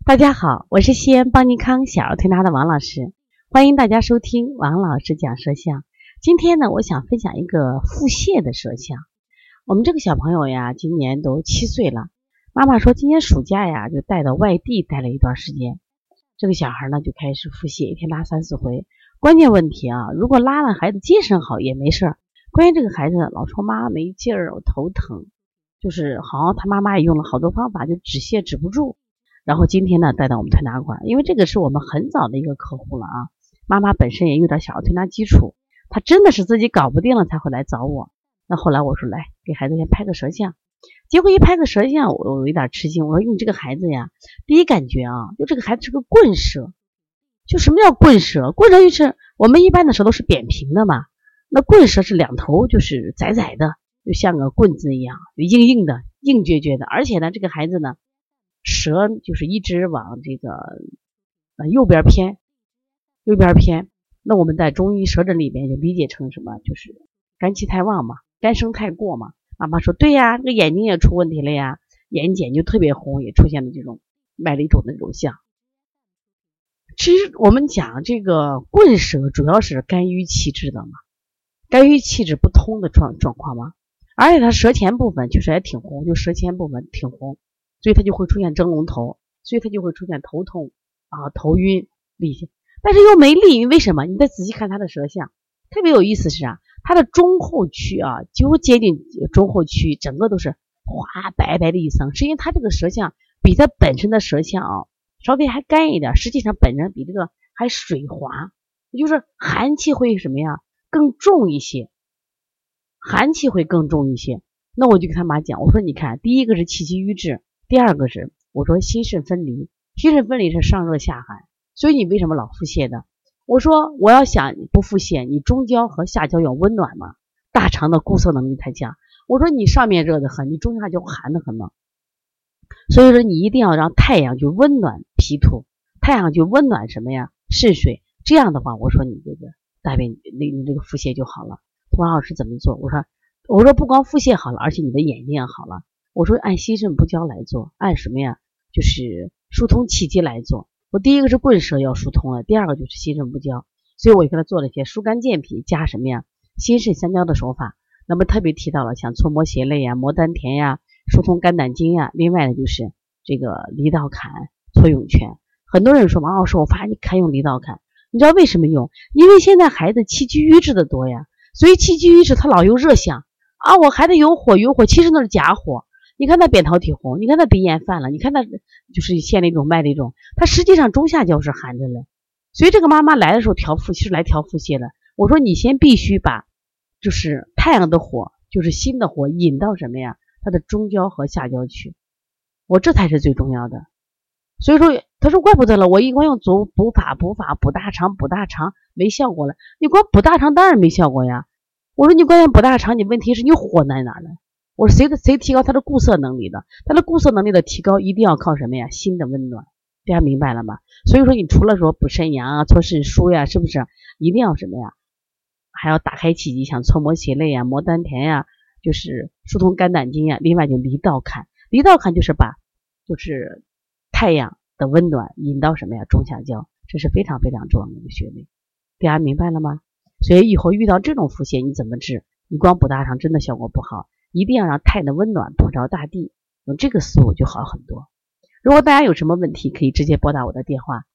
大家好，我是西安邦尼康小儿推拿的王老师，欢迎大家收听王老师讲舌象。今天呢，我想分享一个腹泻的舌象。我们这个小朋友呀，今年都7岁了，妈妈说今年暑假呀，就带到外地待了一段时间。这个小孩呢，就开始腹泻，一天拉3、4回。关键问题啊，如果拉了孩子精神好也没事儿，关键这个孩子老说妈没劲儿，我头疼，就是好像他妈妈也用了好多方法，就止泻止不住。然后今天呢，带到我们推拿馆，因为这个是我们很早的一个客户了啊。妈妈本身也有点小儿推拿基础，她真的是自己搞不定了才会来找我。那后来我说来给孩子先拍个舌象，结果一拍个舌象，我有点吃惊，我说你这个孩子呀，第一感觉啊，就这个孩子是个棍舌。就什么叫棍舌？棍舌就是我们一般的舌头是扁平的嘛，那棍舌是两头就是窄窄的，就像个棍子一样，硬硬的、硬撅撅的，而且呢，这个孩子呢。舌就是一直往这个右边偏，那我们在中医舌诊里边就理解成什么？就是肝气太旺嘛，肝生太过嘛。妈妈说对呀，这个眼睛也出问题了呀，眼睑就特别红，也出现了这种麦粒肿的这种象。其实我们讲这个棍舌主要是肝郁气滞的嘛，肝郁气滞不通的状况嘛，而且它舌前部分就是也挺红，就舌前部分挺红。所以它就会出现蒸笼头，所以它就会出现头痛啊、头晕、痢泻，但是又没痢，为什么？你再仔细看它的舌象，特别有意思是啊，它的中后区啊，几乎接近中后区，整个都是滑白白的一层，是因为它这个舌象比它本身的舌象啊稍微还干一点，实际上本身比这个还水滑，也就是寒气会什么呀更重一些，寒气会更重一些。那我就跟他妈讲，我说你看，第一个是气机瘀滞。第二个是我说心肾分离，心肾分离是上热下寒，所以你为什么老腹泻的？我说我要想你不腹泻，你中焦和下焦要温暖嘛，大肠的固涩能力太强。我说你上面热得很，你中下焦寒得很嘛，所以说你一定要让太阳去温暖脾土，太阳去温暖什么呀？肾水，这样的话，我说你这个大便你这个腹泻就好了。王老师怎么做？我说不光腹泻好了，而且你的眼睛也好了。我说按心肾不交来做，按什么呀？就是疏通气机来做。我第一个是棍舌要疏通了，第二个就是心肾不交，所以我给他做了一些疏肝健脾加什么呀？心肾相交的手法。那么特别提到了像搓摩胁肋呀、摩丹田呀、疏通肝胆经呀，另外呢就是这个离道坎、搓涌泉。很多人说王老师，我发现你看用离道坎，你知道为什么用？因为现在孩子气机瘀滞的多呀，所以气机瘀滞他老有热象啊，我孩子有火，其实那是假火。你看他扁桃体红，你看他鼻炎犯了，你看他就是腺粒肿、麦粒肿，他实际上中下焦是寒着嘞。所以这个妈妈来的时候调腹泻是来调腹泻的。我说你先必须把就是太阳的火，就是心的火引到什么呀？他的中焦和下焦去，我这才是最重要的。所以说他说怪不得了，我一光用补法补大肠没效果了。你光补大肠当然没效果呀。我说你关键补大肠，你问题是你火在哪呢？我说谁提高他的固涩能力的？他的固涩能力的提高一定要靠什么呀？心的温暖，大家明白了吗？所以说你除了说补肾阳啊、搓肾腧呀，是不是一定要什么呀？还要打开气机，像搓摩胁肋呀、摩丹田呀，就是疏通肝胆经呀。另外就离道坎，离道坎就是把就是太阳的温暖引到什么呀？中下焦，这是非常非常重要的一个穴位，大家明白了吗？所以以后遇到这种腹泻你怎么治？你光补大肠真的效果不好。一定要让太阳的温暖普照大地，用这个思路就好很多。如果大家有什么问题，可以直接拨打我的电话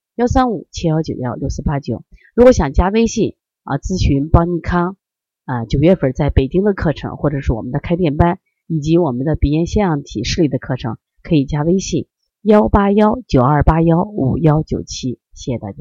135719489。如果想加微信咨询邦尼康9月份在北京的课程，或者是我们的开店班，以及我们的鼻炎腺样体视力的课程，可以加微信18192815197。谢谢大家。